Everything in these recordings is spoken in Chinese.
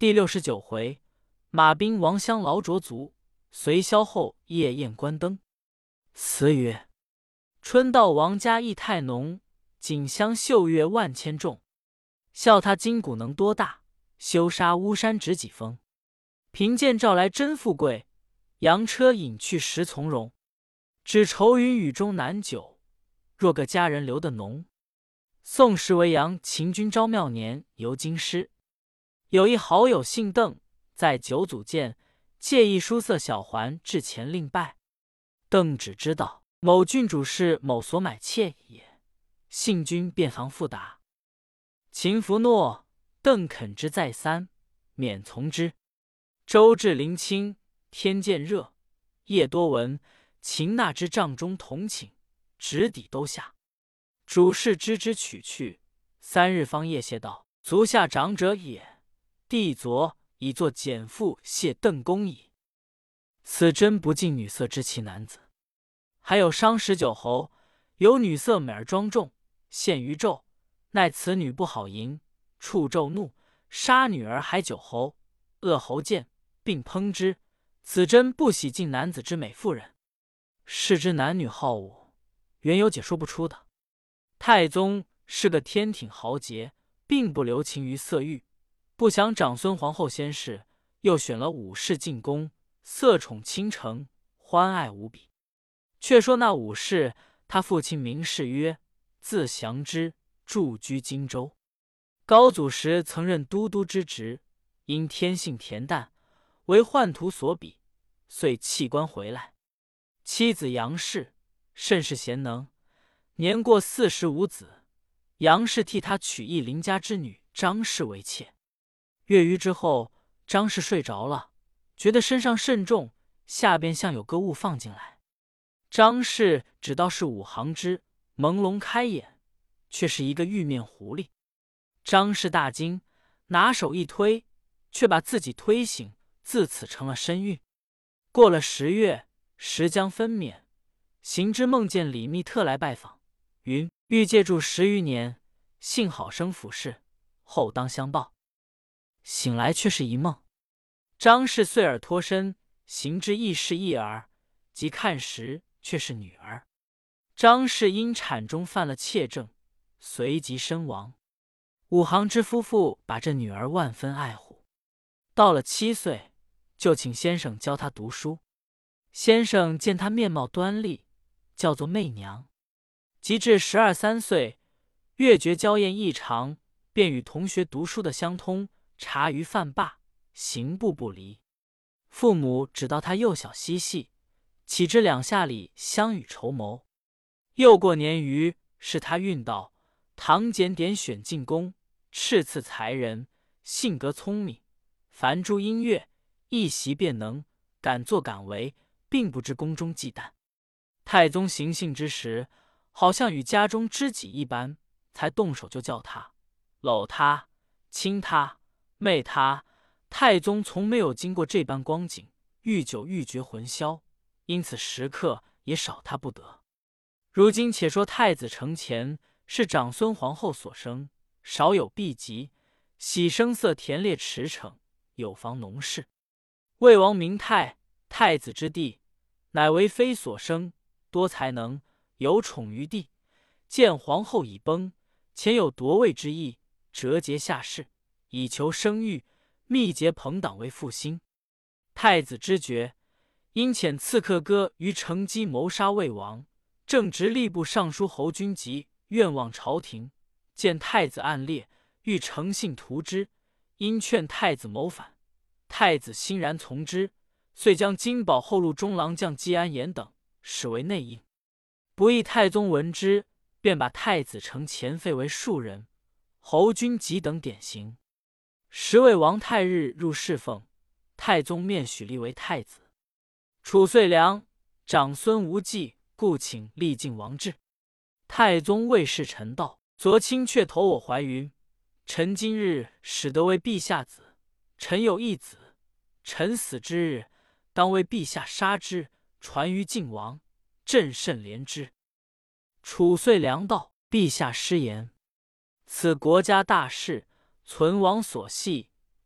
第69回，马兵王乡劳卓足，随萧后夜宴关灯。词曰：春到王家意太浓，锦香秀月万千重。笑他筋骨能多大，休杀巫山值几峰。贫贱召来真富贵，洋车引去实从容。只愁云雨中难久，若个佳人留得浓。宋时维扬秦军招妙年游京师，有一好友姓邓，在九祖见，借一书色小环至前令拜。邓只知道某郡主是某所买妾也，信君便防复答。秦弗诺，邓肯之再三，免从之。周至临清，天渐热，夜多闻秦纳之帐中同寝，直抵都下。主事知之取去，3日方夜谢道：足下长者也，弟昨已作简父谢邓公矣。此真不近女色之奇男子。还有商19侯，有女色美而庄重，陷于纣，奈此女不好淫，触纣怒，杀女儿还9侯，恶侯见，并烹之。此真不喜近男子之美妇人。是之男女好恶，原有解说不出的。太宗是个天挺豪杰，并不留情于色欲，不想长孙皇后先世，又选了武士进宫，色宠倾城，欢爱无比。却说那武士，他父亲名士曰，字祥之，住居荆州。高祖时曾任都督之职，因天性恬淡，为宦途所比，遂弃官回来。妻子杨氏甚是贤能，年过45子，杨氏替他娶一邻家之女张氏为妾。月余之后，张氏睡着了，觉得身上甚重，下边像有个物放进来。张氏只道是五行之，朦胧开眼，却是一个玉面狐狸。张氏大惊，拿手一推，却把自己推醒，自此成了身孕。过了10月，时将分娩，行之梦见李密特来拜访，云欲借住10余年，幸好生府事，后当相报。醒来却是一梦。张氏遂而脱身，行之亦是一儿，即看时却是女儿。张氏因产中犯了怯症，随即身亡。五行之夫妇把这女儿万分爱护，到了7岁，就请先生教她读书。先生见她面貌端丽，叫做媚娘。及至12、13岁，越觉娇艳异常，便与同学读书的相通，茶余饭罢，行步不离。父母只道他幼小嬉戏，岂知两下里相与筹谋。又过年余，是他运道，唐检点选进宫，敕赐才人，性格聪明，凡诸音乐，一习便能，敢作敢为，并不知宫中忌惮。太宗行幸之时，好像与家中知己一般，才动手就叫他、搂他、亲他、媚他。太宗从没有经过这般光景，愈久愈觉魂消，因此时刻也少他不得。如今且说太子承乾是长孙皇后所生，少有避疾，喜声色甜烈驰骋，有房农事。魏王明泰，太子之弟，乃为妃所生，多才能，有宠于地。见皇后已崩，前有夺位之意，折节下士，以求生育，密结朋党为复兴。太子知觉，因遣刺客哥于乘机谋杀魏王，正值吏部尚书侯君集愿望朝廷，见太子暗烈，欲诚信图之，因劝太子谋反，太子欣然从之，遂将金宝后路中郎将季安言等使为内应。不意太宗闻之，便把太子承乾废为庶人，侯君集等典刑。时为王太日入侍奉，太宗面许立为太子。褚遂良、长孙无忌故请立晋王志。太宗谓侍臣道：昨卿却投我怀云，臣今日使得为陛下子，臣有一子，臣死之日，当为陛下杀之，传于晋王，朕甚怜之。褚遂良道：陛下失言，此国家大事，存亡所系，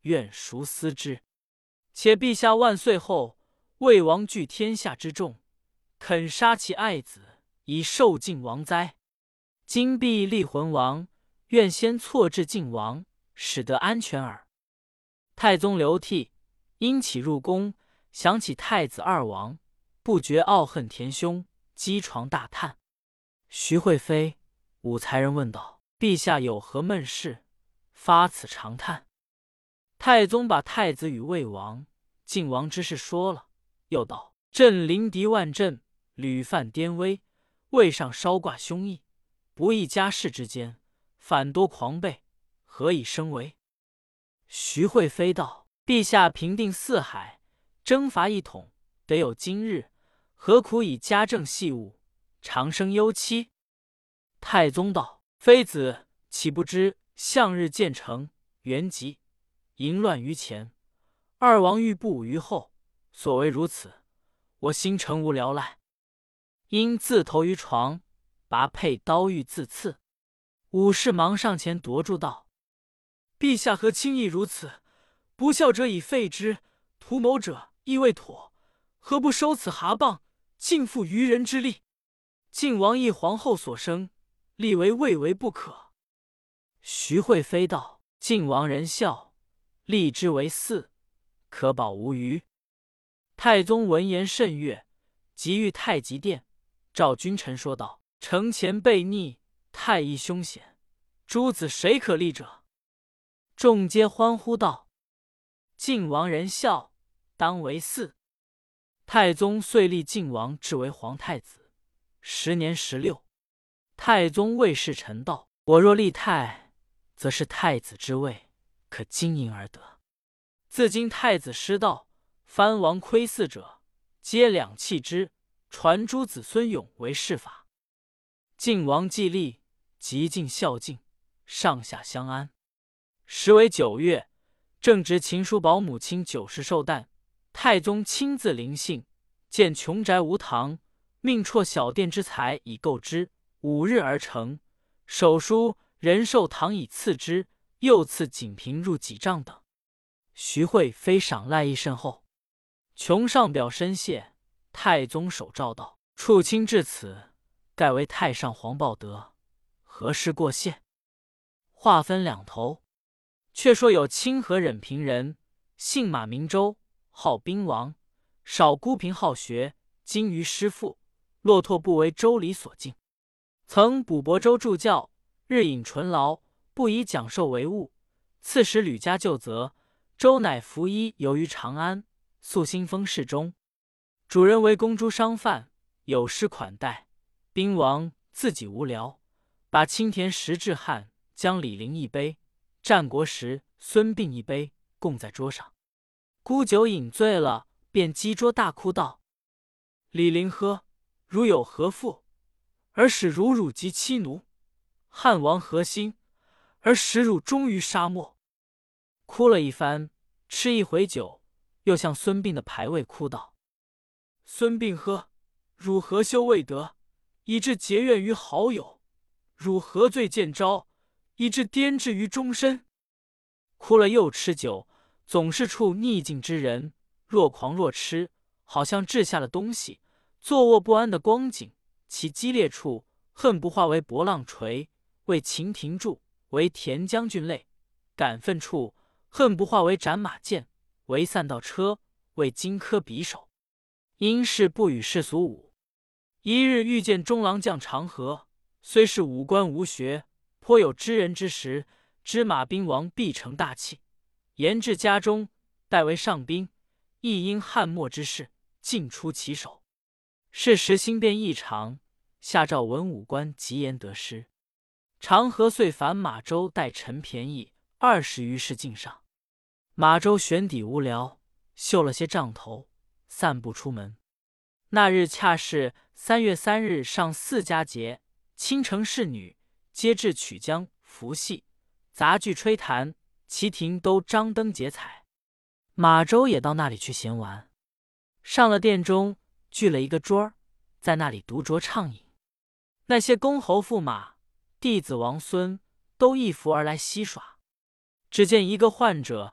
愿孰思之？且陛下万岁后，魏王据天下之众，肯杀其爱子，以受晋王哉？今必立魂王，愿先错置晋王，使得安全耳。”太宗流涕，因起入宫，想起太子二王，不觉懊恨填胸，击床大叹。徐惠妃、武才人问道：“陛下有何闷事，发此长叹？”太宗把太子与魏王、晋王之事说了，又道：“朕临敌万阵，屡犯颠危，位上稍挂凶役，不义家事之间，反多狂悖，何以生为？”徐惠妃道：“陛下平定四海，征伐一统，得有今日，何苦以家政细务，长生忧戚？”太宗道：“妃子岂不知向日建成，元吉，淫乱于前，二王欲不武于后，所为如此，我心诚无聊赖。”因自投于床，拔佩刀欲自刺。武士忙上前夺住道：“陛下何轻易如此？不孝者以废之，图谋者亦未妥，何不收此蛤蚌，尽付于人之力？晋王亦皇后所生，立为未为不可。”徐惠妃道：“晋王仁孝，立之为嗣，可保无虞。”太宗闻言甚悦，即谕太极殿，召君臣说道：“城前悖逆，太医凶险，诸子谁可立者？”众皆欢呼道：“晋王仁孝，当为嗣。”太宗遂立晋王至为皇太子，时年16。太宗谓侍臣道：“我若立太，则是太子之位，可经营而得。自今太子失道，藩王窥嗣者，皆两弃之，传诸子孙永为世法。”晋王既立，极尽孝敬，上下相安。时为9月，正值秦叔宝母亲90寿诞，太宗亲自临幸，见穷宅无堂，命辍小殿之财以购之，5日而成。手书仁寿堂以赐之，又赐锦屏入几丈等。徐惠妃赏赖意甚厚。琼上表深谢，太宗手诏道：“处卿至此，盖为太上皇报德，何事过谢？”话分两头。却说有清河忍平人，姓马名周，号兵王，少孤贫好学，精于诗赋，骆驼不为周礼所敬。曾补伯周助教，日饮醇醪，不以讲授为务。刺史吕家就责，周乃服衣游于长安，宿新丰市中。主人为公诸商贩，有诗款待。兵王自己无聊，把青田石至汉将李陵一杯，战国时孙膑一杯，供在桌上。孤酒饮醉了，便击桌大哭道：“李陵喝，如有何负？而使如辱及妻奴。汉王何心？而使辱终于沙漠。”哭了一番，吃一回酒，又向孙膑的牌位哭道：“孙膑喝，汝何修未得，以致结怨于好友？汝何罪见招，以致颠至于终身？”哭了又吃酒，总是处逆境之人，若狂若痴，好像掷下了东西，坐卧不安的光景。其激烈处，恨不化为博浪锤，为秦廷柱，为田将军类；感愤处，恨不化为斩马剑，为散道车，为荆轲匕首。因事不与世俗舞。一日遇见中郎将长河，虽是武官无学，颇有知人之识，知马兵王必成大器，言至家中，代为上宾，亦因汉末之事，尽出其手。是时心变异常，下诏文武官疾言得失。长河遂烦马周待陈便宜20余世敬上。马周悬底无聊，绣了些帐头，散步出门。那日恰是3月3日上4佳节，倾城侍女皆至曲江服戏，杂剧吹弹，旗亭都张灯结彩。马周也到那里去闲玩，上了殿中，聚了一个桌儿，在那里独酌畅饮。那些公侯驸马、弟子王孙都一扶而来嬉耍。只见一个患者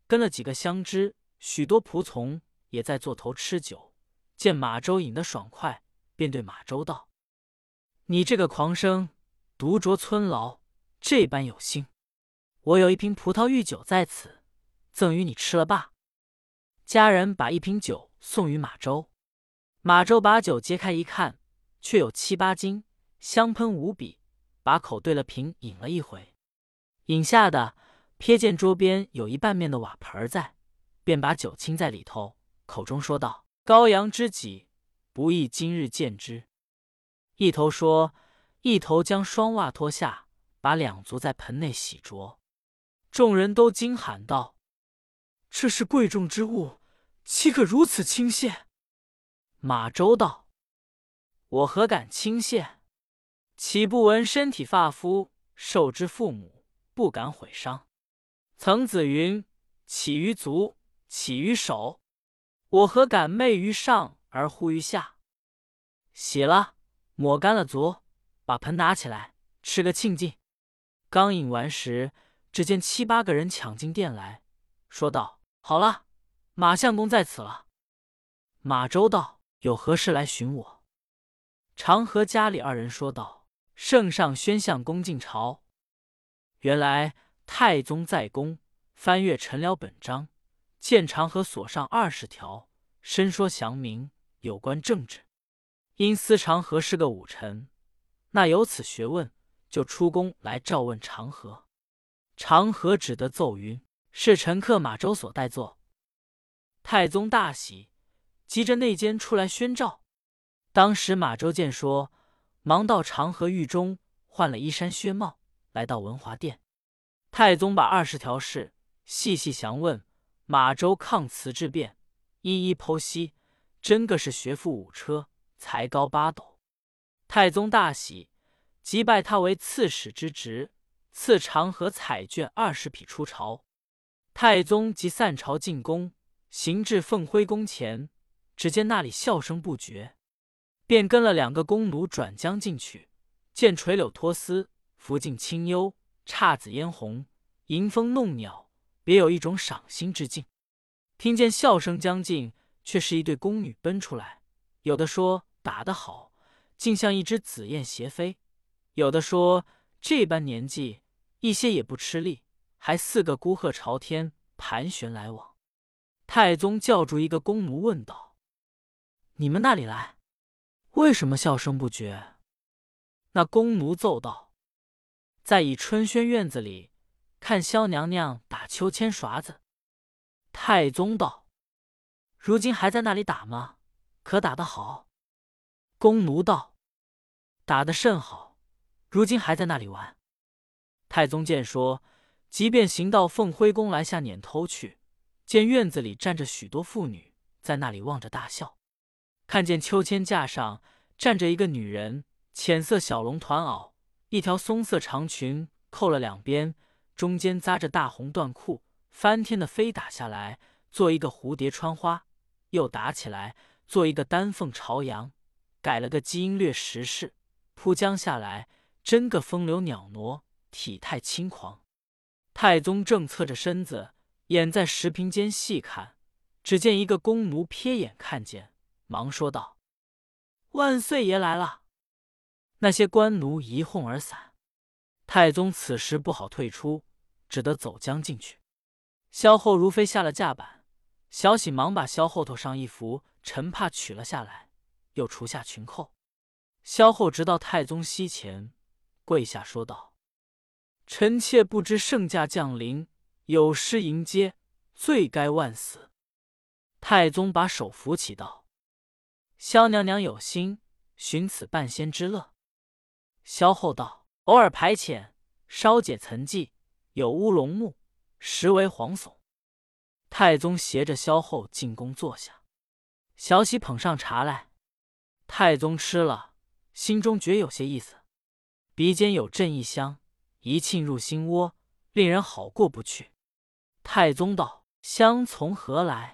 跟了几个相知，许多仆从也在座头吃酒，见马周饮得爽快，便对马周道：“你这个狂生，独酌村牢，这般有心，我有一瓶葡萄御酒在此，赠与你吃了罢。”家人把一瓶酒送与马周，马周把酒揭开一看，却有7、8斤，香喷无比，把口对了瓶饮了一回。饮下的，瞥见桌边有一半面的瓦盆在，便把酒倾在里头，口中说道：“羔羊之己，不亦今日见之。”一头说，一头将双袜脱下，把2足在盆内洗濯。众人都惊喊道：“这是贵重之物，岂可如此轻泄？”马周道：“我何敢轻泄？岂不闻身体发肤，受之父母，不敢毁伤。曾子云：起于足，起于手，我何敢昧于上而忽于下？洗了，抹干了足，把盆拿起来，吃个庆尽。”刚饮完时，只见7、8个人抢进店来，说道：“好了，马相公在此了。”马周道：“有何事来寻我？”常和家里2人说道：“圣上宣相公进朝。”原来太宗在宫，翻阅陈辽本章，见长河所上20条，申说详明，有关政治。因思长河是个武臣，那有此学问，就出宫来召问长河。长河只得奏云：“是臣客马周所代作。”太宗大喜，急着内监出来宣召。当时马周见说，忙到长河狱中，换了衣衫靴帽，来到文华殿。太宗把20条事细细详问，马周抗辞质辩，一一剖析，真个是学富5车，才高8斗。太宗大喜，即拜他为刺史之职，赐长河彩绢20匹出朝。太宗即散朝进宫，行至奉徽宫前，只见那里笑声不绝，便跟了2个宫奴转将进去，见垂柳托丝，拂镜清幽，姹紫嫣红，迎风弄鸟，别有一种赏心之境。听见笑声将近，却是一对宫女奔出来，有的说打得好，竟像一只紫燕斜飞；有的说这般年纪，一些也不吃力，还4个孤鹤朝天，盘旋来往。太宗叫住一个宫奴问道：“你们那里来？为什么笑声不绝？”那宫奴奏道：“在以春轩院子里看萧娘娘打秋千耍子。”太宗道：“如今还在那里打吗？可打得好？”宫奴道：“打得甚好，如今还在那里玩。”太宗见说，即便行到奉徽宫来下撵偷去，见院子里站着许多妇女，在那里望着大笑。看见秋千架上站着一个女人，浅色小龙团袄，一条松色长裙扣了2边，中间扎着大红缎裤，翻天的飞打下来，做一个蝴蝶穿花，又打起来，做一个丹凤朝阳，改了个基因略时势，扑将下来，真个风流袅娜，体态轻狂。太宗正侧着身子，眼在石屏间细看，只见一个宫奴瞥眼看见，忙说道：“万岁爷来了。”那些官奴一哄而散。太宗此时不好退出，只得走将进去。萧后如飞下了架板，小喜忙把萧后头上一幅陈帕取了下来，又除下裙扣。萧后直到太宗膝前，跪下说道：“臣妾不知圣驾降临，有失迎接，罪该万死。”太宗把手扶起道：“萧娘娘有心，寻此半仙之乐。”萧后道：“偶尔排遣，稍解岑寂，有乌龙木，实为黄悚。”太宗携着萧后进宫坐下，小喜捧上茶来。太宗吃了，心中觉有些意思，鼻间有阵异香，一沁入心窝，令人好过不去。太宗道：“香从何来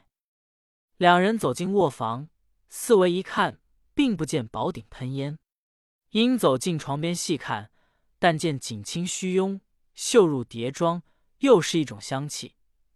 ？”2人走进卧房，四围一看，并不见宝鼎喷烟。因走进床边细看，但见锦衾虚拥，绣入蝶妆，又是一种香气，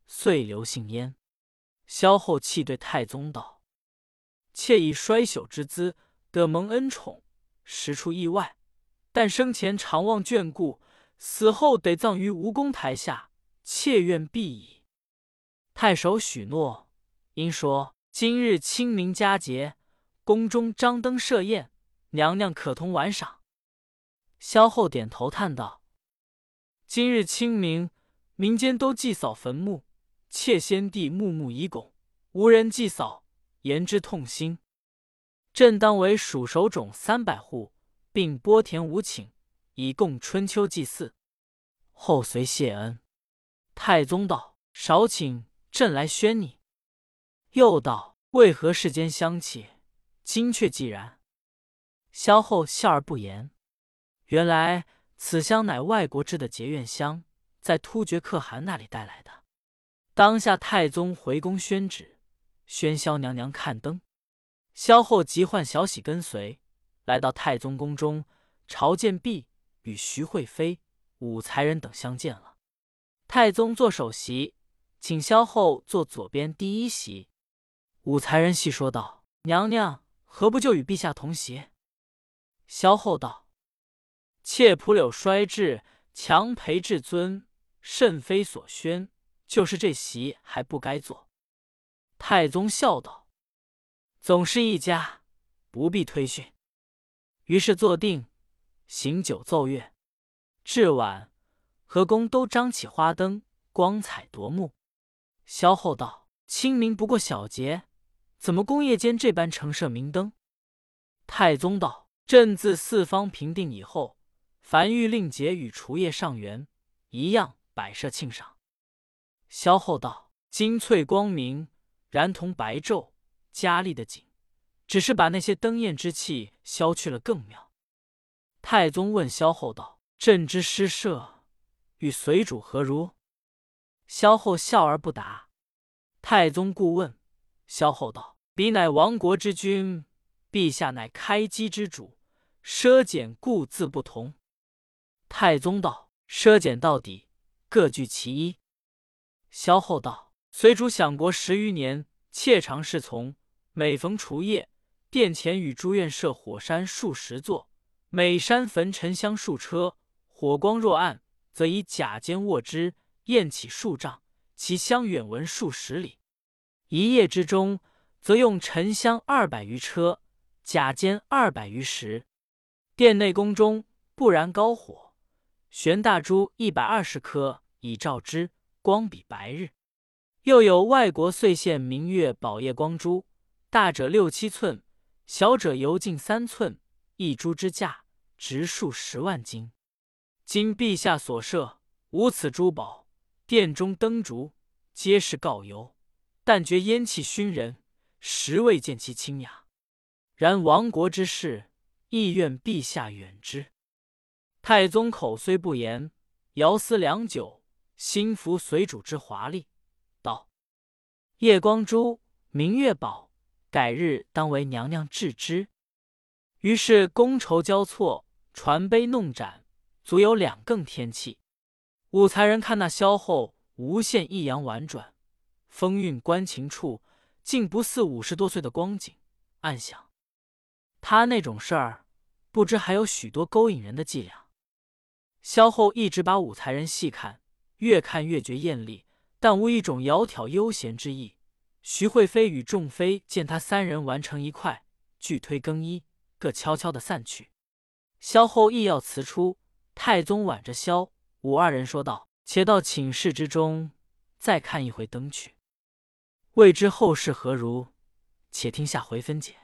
遂留姓焉。萧后泣对太宗道：“妾以衰朽之姿，得蒙恩宠，实出意外。但生前常忘眷顾，死后得葬于吴公台下，妾愿必矣。”太守许诺，因说：“今日清明佳节，宫中张灯设宴，娘娘可同玩赏？”萧后点头叹道：“今日清明，民间都祭扫坟墓，妾先帝穆穆以拱，无人祭扫，言之痛心。朕当为属守冢300户，并拨田5顷，以供春秋祭祀。”后遂谢恩。太宗道：“少请，朕来宣你。”又道：“为何世间香气，今却既然？”萧后笑而不言。原来此香乃外国制的结怨香，在突厥可汗那里带来的。当下太宗回宫宣旨，宣萧娘娘看灯。萧后即唤小喜跟随，来到太宗宫中，朝见毕，与徐惠妃、武才人等相见了。太宗坐首席，请萧后坐左边第1席。武才人细说道：“娘娘何不就与陛下同席？”萧后道：“妾蒲柳衰至，强陪至尊，甚非所宣，就是这席还不该坐。”太宗笑道：“总是一家，不必推训。”于是坐定，行酒奏乐。至晚，河宫都张起花灯，光彩夺目。萧后道：“清明不过小节，怎么宫夜间这般盛设明灯？”太宗道：“朕自四方平定以后，凡欲令节与除夜上元，一样摆设庆赏。”萧后道：“金翠光明，然同白昼，佳丽的景，只是把那些灯焰之气消去了更妙。”太宗问萧后道：“朕之施设，与随主何如？”萧后笑而不答。太宗故问，萧后道：“彼乃亡国之君，陛下乃开基之主，奢俭故自不同。”太宗道：“奢俭到底，各据其一。”萧后道：“随主享国10余年，妾常侍从，每逢除夜，殿前与诸院设火山数10座，每山焚沉香数车，火光若暗，则以甲尖握之，焰起数丈，其香远闻数10里。一夜之中，则用沉香200余车，甲尖200余石。殿内宫中不燃高火，悬大珠120颗以照之，光比白日。又有外国岁献明月宝叶光珠，大者6、7寸，小者犹近3寸，一株之价直数10万金。今陛下所设，无此珠宝，殿中灯烛皆是告油，但觉烟气熏人，实未见其清雅。然亡国之事，亦愿陛下远之。”太宗口虽不言，遥思良久，心服随主之华丽，道：“夜光珠、明月宝，改日当为娘娘置之。”于是觥筹交错，传杯弄盏，足有2更天气。武才人看那萧后无限抑扬婉转，风韵观情处，竟不似50多岁的光景，暗想他那种事儿，不知还有许多勾引人的伎俩。萧后一直把武才人细看，越看越觉艳丽，但无一种窈窕悠闲之意。徐惠妃与众妃见他3人完成一块，俱推更衣，各悄悄地散去。萧后亦要辞出，太宗挽着萧武2人说道：“且到寝室之中，再看一回灯去。未知后事何如，且听下回分解。”